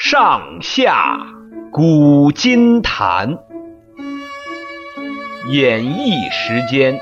上下古今谈，演绎时间。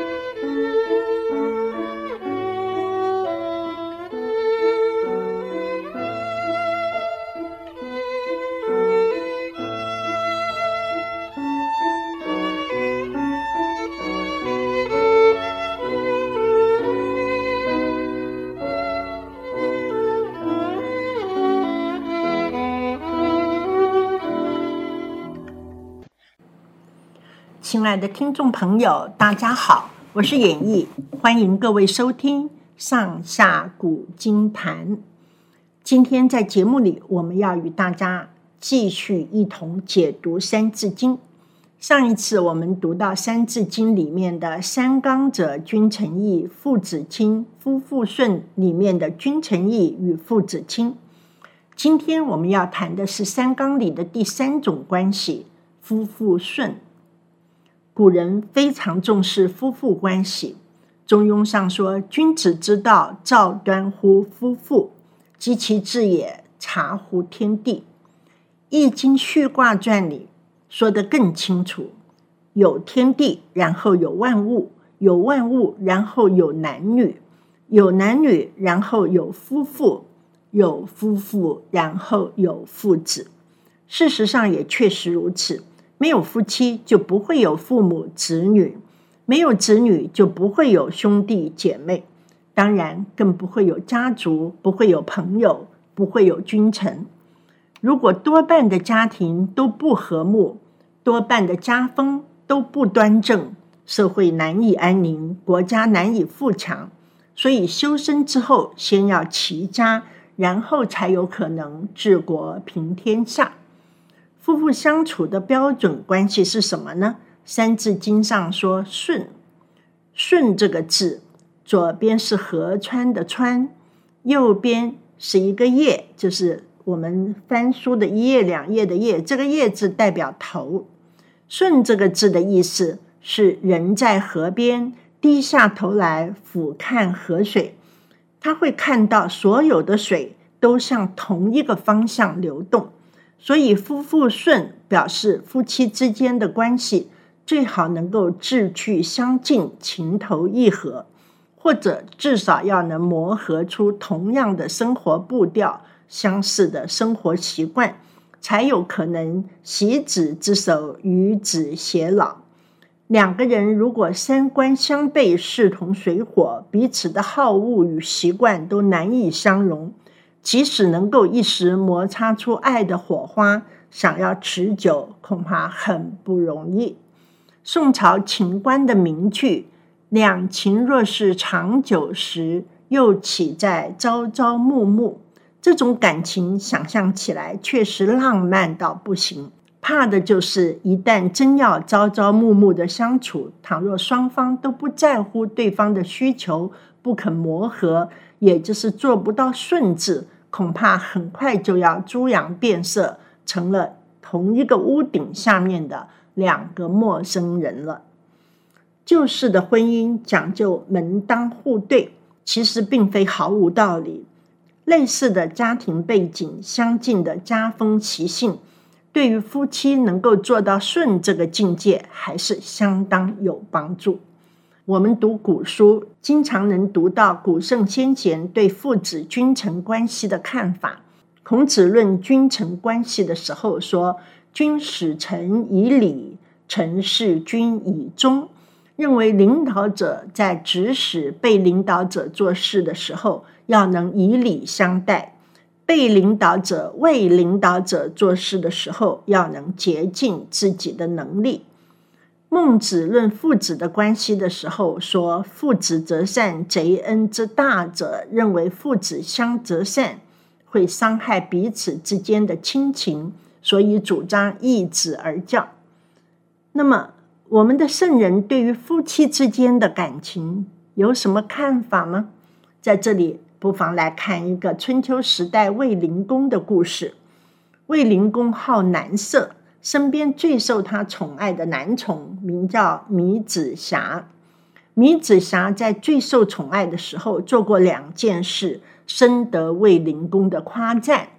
亲爱的听众朋友，大家好，我是演绎，欢迎各位收听上下古今谈。今天在节目里，我们要与大家继续一同解读三字经。上一次我们读到三字经里面的三纲者君臣义，父子亲，夫妇顺里面的君臣义与父子亲。今天我们要谈的是三纲里的第三种关系，夫妇顺。古人非常重视夫妇关系，中庸上说，君子之道，造端乎夫妇，及其志也，察乎天地。易经序卦传里说得更清楚，有天地，然后有万物，有万物，然后有男女，有男女，然后有夫妇，有夫妇，然后有父子。事实上也确实如此，没有夫妻就不会有父母子女，没有子女就不会有兄弟姐妹，当然更不会有家族，不会有朋友，不会有君臣。如果多半的家庭都不和睦，多半的家风都不端正，社会难以安宁，国家难以富强。所以修身之后，先要齐家，然后才有可能治国平天下。夫妇相处的标准关系是什么呢？三字经上说顺。顺这个字，左边是河川的川，右边是一个叶，就是我们翻书的一页两页的页，这个叶字代表头。顺这个字的意思是人在河边低下头来俯瞰河水，他会看到所有的水都向同一个方向流动。所以夫妇顺表示夫妻之间的关系最好能够志趣相近，情投意合，或者至少要能磨合出同样的生活步调，相似的生活习惯，才有可能习子之手，与子偕老。两个人如果三观相悖，势同水火，彼此的好恶与习惯都难以相容，即使能够一时摩擦出爱的火花，想要持久恐怕很不容易。宋朝秦观的名句，两情若是长久时，又岂在朝朝暮暮。这种感情想象起来确实浪漫到不行，怕的就是一旦真要朝朝暮暮的相处，倘若双方都不在乎对方的需求，不肯磨合，也就是做不到顺字，恐怕很快就要猪羊变色，成了同一个屋顶下面的两个陌生人了。旧式的婚姻讲究门当户对，其实并非毫无道理。类似的家庭背景，相近的家风习性，对于夫妻能够做到顺这个境界，还是相当有帮助。我们读古书，经常能读到古圣先贤对父子君臣关系的看法。孔子论君臣关系的时候说，君使臣以礼，臣事君以忠，认为领导者在指使被领导者做事的时候，要能以礼相待，被领导者为领导者做事的时候，要能竭尽自己的能力。孟子论父子的关系的时候说，父子择善，贼恩之大者，认为父子相择善会伤害彼此之间的亲情，所以主张易子而教。那么我们的圣人对于夫妻之间的感情有什么看法吗？在这里不妨来看一个春秋时代卫灵公的故事。卫灵公好男色，身边最受他宠爱的男宠名叫糜子瑕。糜子瑕在最受宠爱的时候做过2件事，深得卫灵公的夸赞。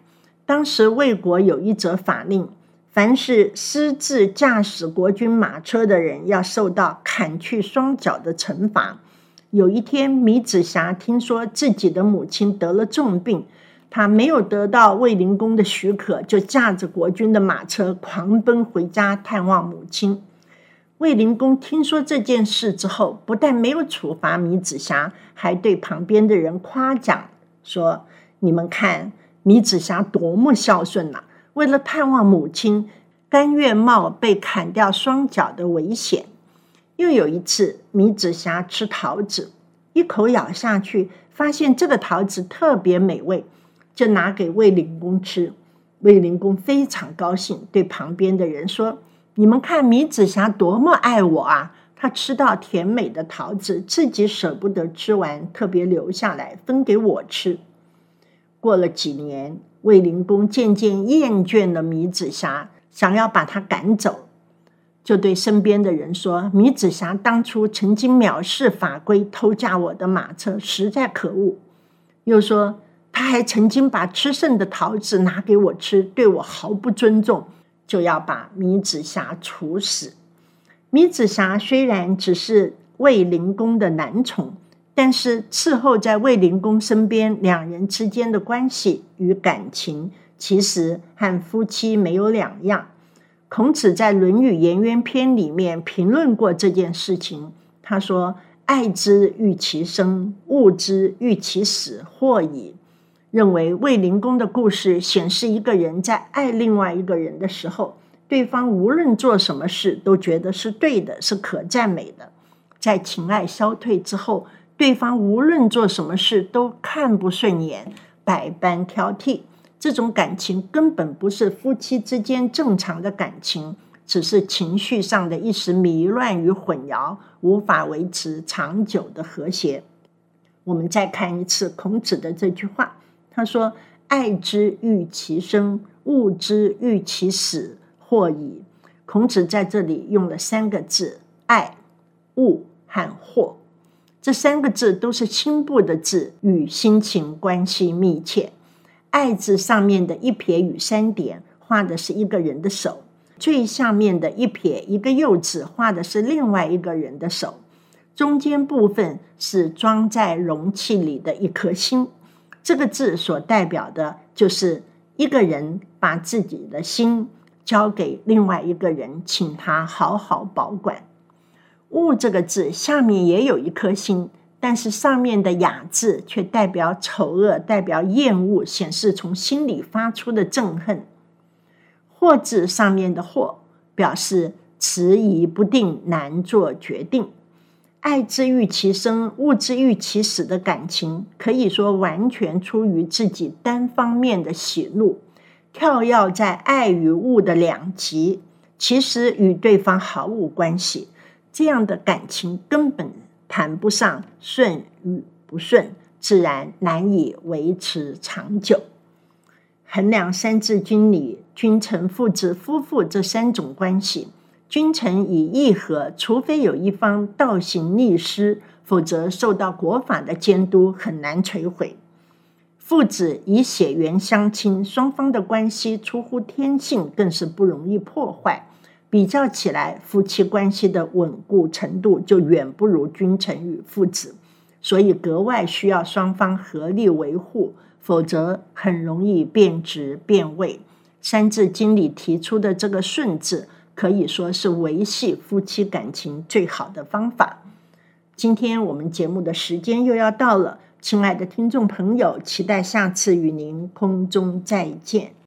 当时魏国有一则法令，凡是私自驾驶国军马车的人，要受到砍去双脚的惩罚。有一天，米子瑕听说自己的母亲得了重病，他没有得到卫灵公的许可，就驾着国军的马车狂奔回家探望母亲。卫灵公听说这件事之后，不但没有处罚米子瑕，还对旁边的人夸奖说：你们看米子瑕多么孝顺啊，为了探望母亲，甘愿冒被砍掉双脚的危险。又有一次，米子瑕吃桃子，一口咬下去，发现这个桃子特别美味，就拿给卫灵公吃。卫灵公非常高兴，对旁边的人说：你们看米子瑕多么爱我啊，他吃到甜美的桃子，自己舍不得吃完，特别留下来分给我吃。过了几年，卫灵公渐渐厌倦了米子瑕，想要把他赶走，就对身边的人说：米子瑕当初曾经藐视法规，偷驾我的马车，实在可恶。又说他还曾经把吃剩的桃子拿给我吃，对我毫不尊重，就要把米子瑕处死。米子瑕虽然只是卫灵公的男宠，但是伺候在卫灵公身边，两人之间的关系与感情其实和夫妻没有两样。孔子在《论语颜渊篇》里面评论过这件事情，他说：爱之欲其生，恶之欲其死，或矣。认为卫灵公的故事显示，一个人在爱另外一个人的时候，对方无论做什么事都觉得是对的，是可赞美的。在情爱消退之后，对方无论做什么事都看不顺眼，百般挑剔。这种感情根本不是夫妻之间正常的感情，只是情绪上的一时迷乱与混淆，无法维持长久的和谐。我们再看一次孔子的这句话，他说：爱之欲其生，恶之欲其死，或矣。孔子在这里用了3个字：爱、恶和或。这3个字都是轻部的字，与心情关系密切。爱字上面的一撇与3点画的是一个人的手，最下面的一撇一个右字画的是另外一个人的手，中间部分是装在容器里的一颗心。这个字所代表的就是一个人把自己的心交给另外一个人，请他好好保管。恶这个字下面也有一颗心，但是上面的雅字却代表丑恶，代表厌恶，显示从心里发出的憎恨。或字上面的或表示迟疑不定，难做决定。爱之欲其生，恶之欲其死的感情，可以说完全出于自己单方面的喜怒，跳跃在爱与恶的两极，其实与对方毫无关系。这样的感情根本谈不上顺与不顺，自然难以维持长久。衡量三字经里君臣、父子、夫妇这3种关系，君臣以义和，除非有一方倒行逆施，否则受到国法的监督，很难摧毁。父子以血缘相亲，双方的关系出乎天性，更是不容易破坏。比较起来，夫妻关系的稳固程度就远不如君臣与父子，所以格外需要双方合力维护，否则很容易变质变味。三字经里提出的这个顺字，可以说是维系夫妻感情最好的方法。今天我们节目的时间又要到了，亲爱的听众朋友，期待下次与您空中再见。